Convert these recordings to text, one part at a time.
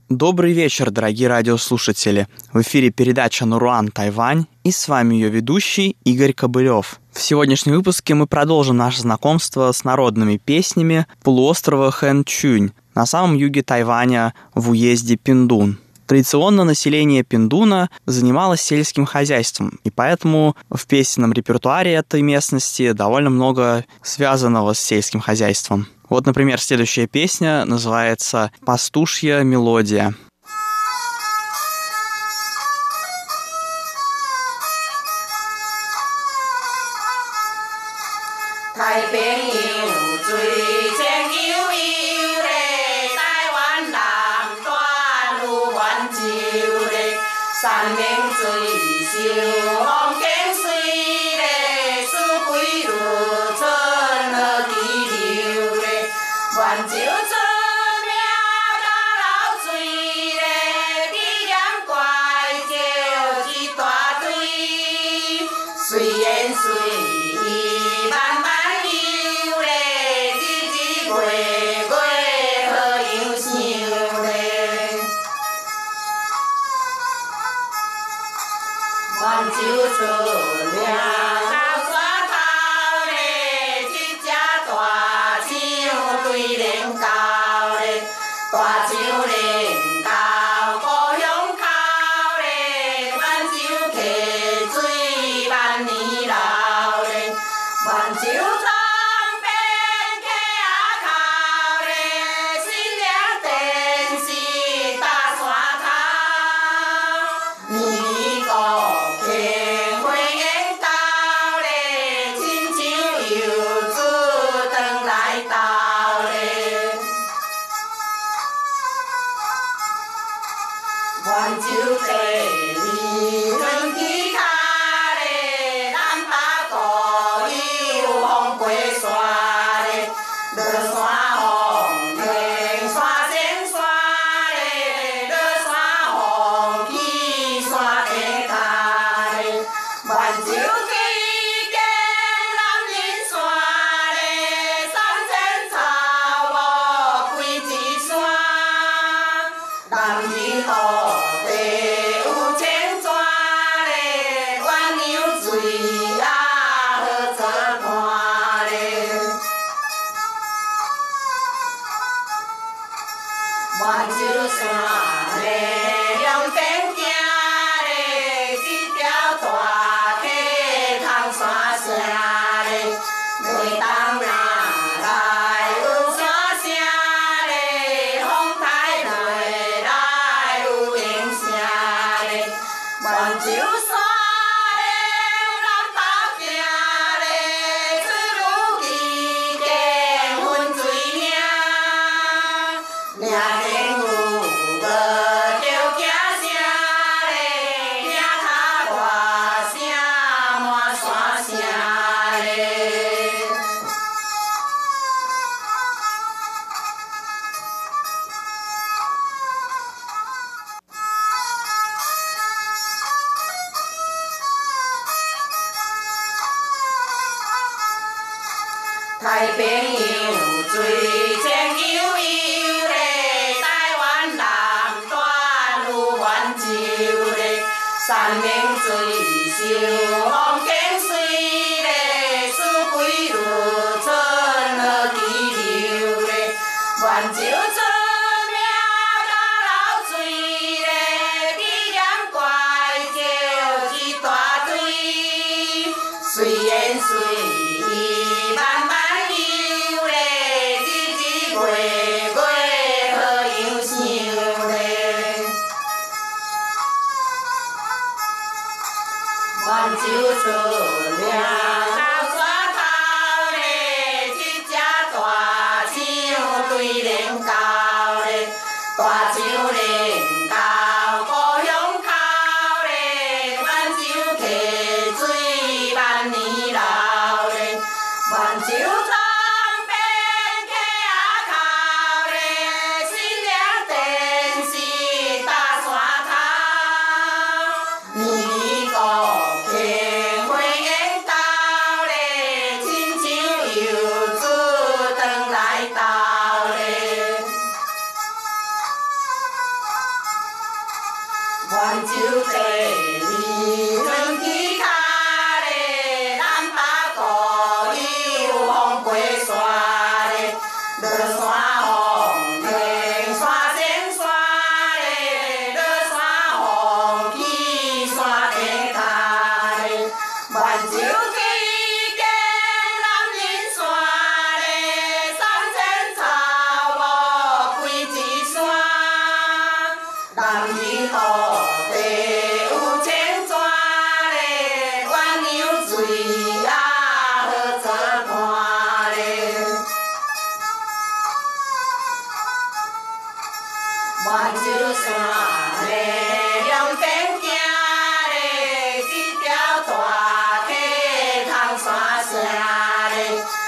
Добрый вечер, дорогие радиослушатели. В эфире передача «Наруан, Тайвань», и с вами ее ведущий Игорь Кобылев. В сегодняшнем выпуске мы продолжим наше знакомство с народными песнями полуострова Хэнчунь на самом юге Тайваня в уезде Пиндун. Традиционно население Пиндуна занималось сельским хозяйством, и поэтому в песенном репертуаре этой местности довольно много связанного с сельским хозяйством. Вот, например, следующая песня называется «Пастушья мелодия».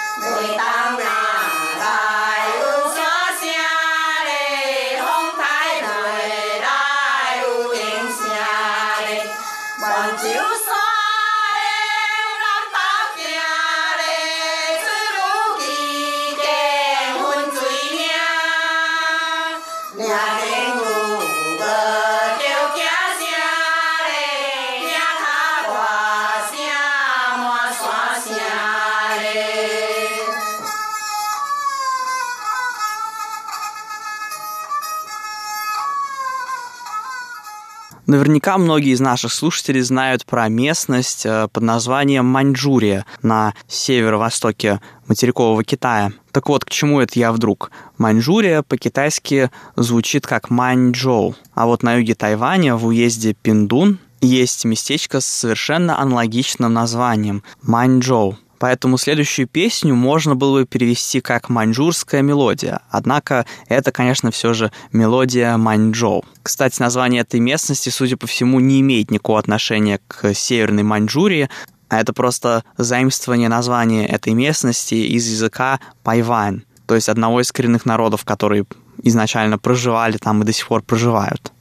Наверняка многие из наших слушателей знают про местность под названием Маньчжурия на северо-востоке материкового Китая. Так вот, к чему это я вдруг? Маньчжурия по-китайски звучит как Маньчжоу, а вот на юге Тайваня, в уезде Пиндун, есть местечко с совершенно аналогичным названием – Маньчжоу. Поэтому следующую песню можно было бы перевести как «маньчжурская мелодия». Однако это, конечно, все же мелодия Маньчжоу. Кстати, название этой местности, судя по всему, не имеет никакого отношения к Северной Маньчжурии, а это просто заимствование названия этой местности из языка пайвань, то есть одного из коренных народов, которые изначально проживали там и до сих пор проживают.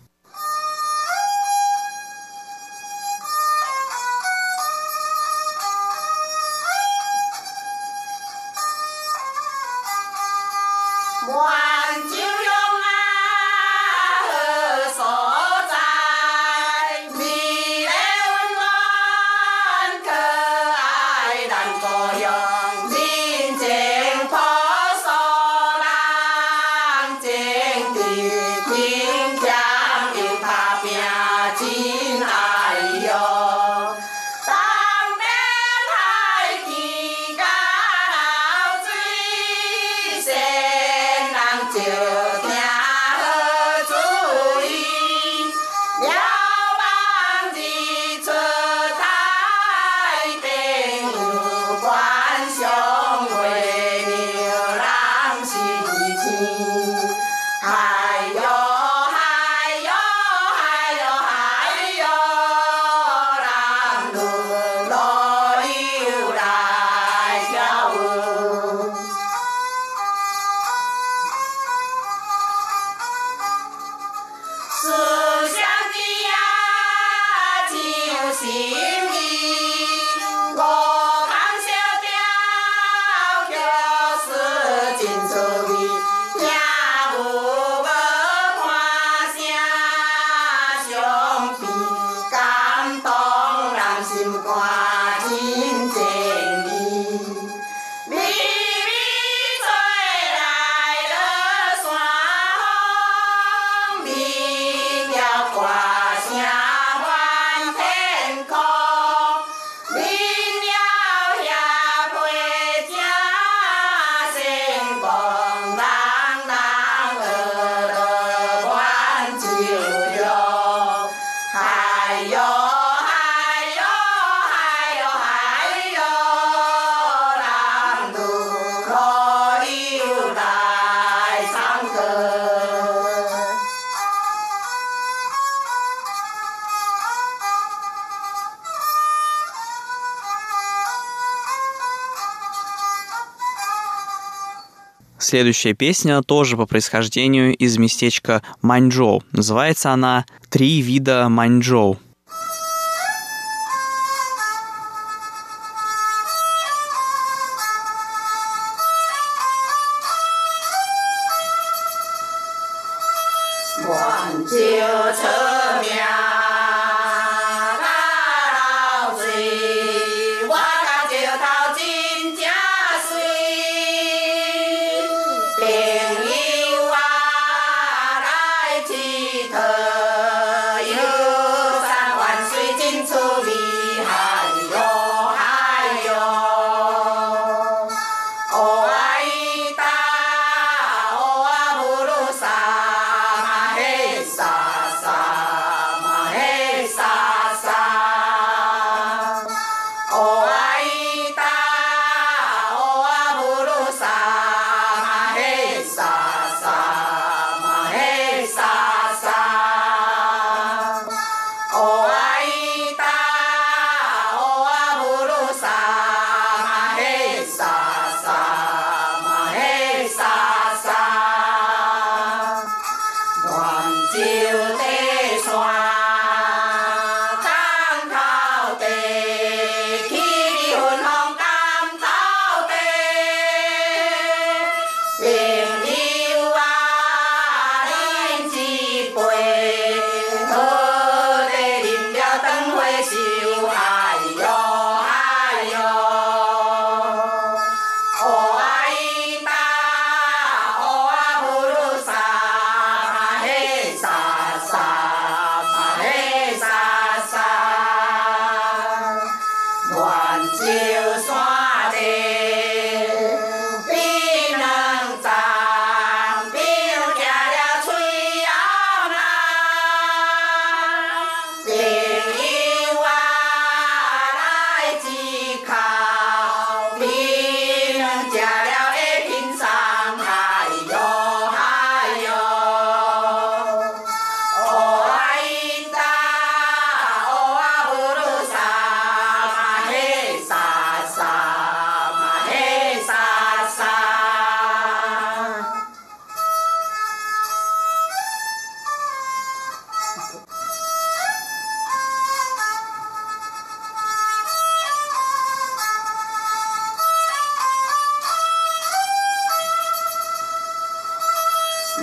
Следующая песня тоже по происхождению из местечка Маньчжоу. Называется она «Три вида Маньчжоу».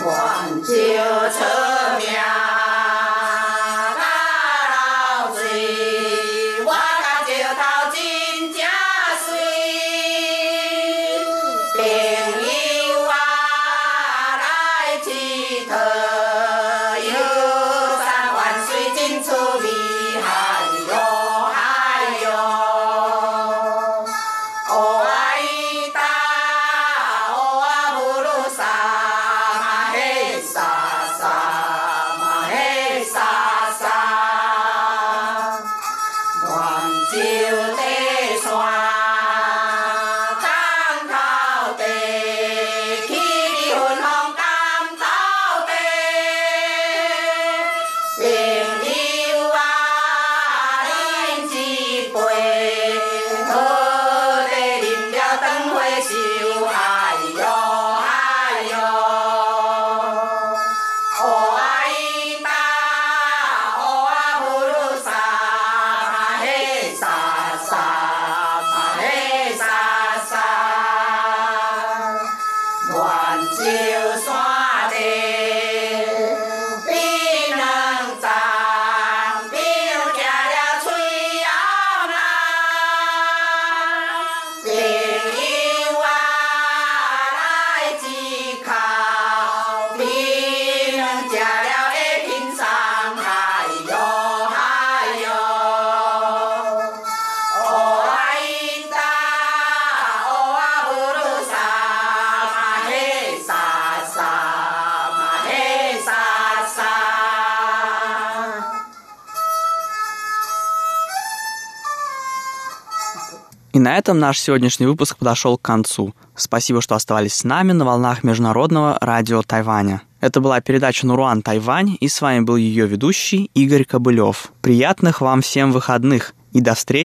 И на этом наш сегодняшний выпуск подошел к концу. Спасибо, что оставались с нами на волнах Международного радио Тайваня. Это была передача «Наруан Тайвань», и с вами был ее ведущий Игорь Кобылев. Приятных вам всем выходных и до встречи!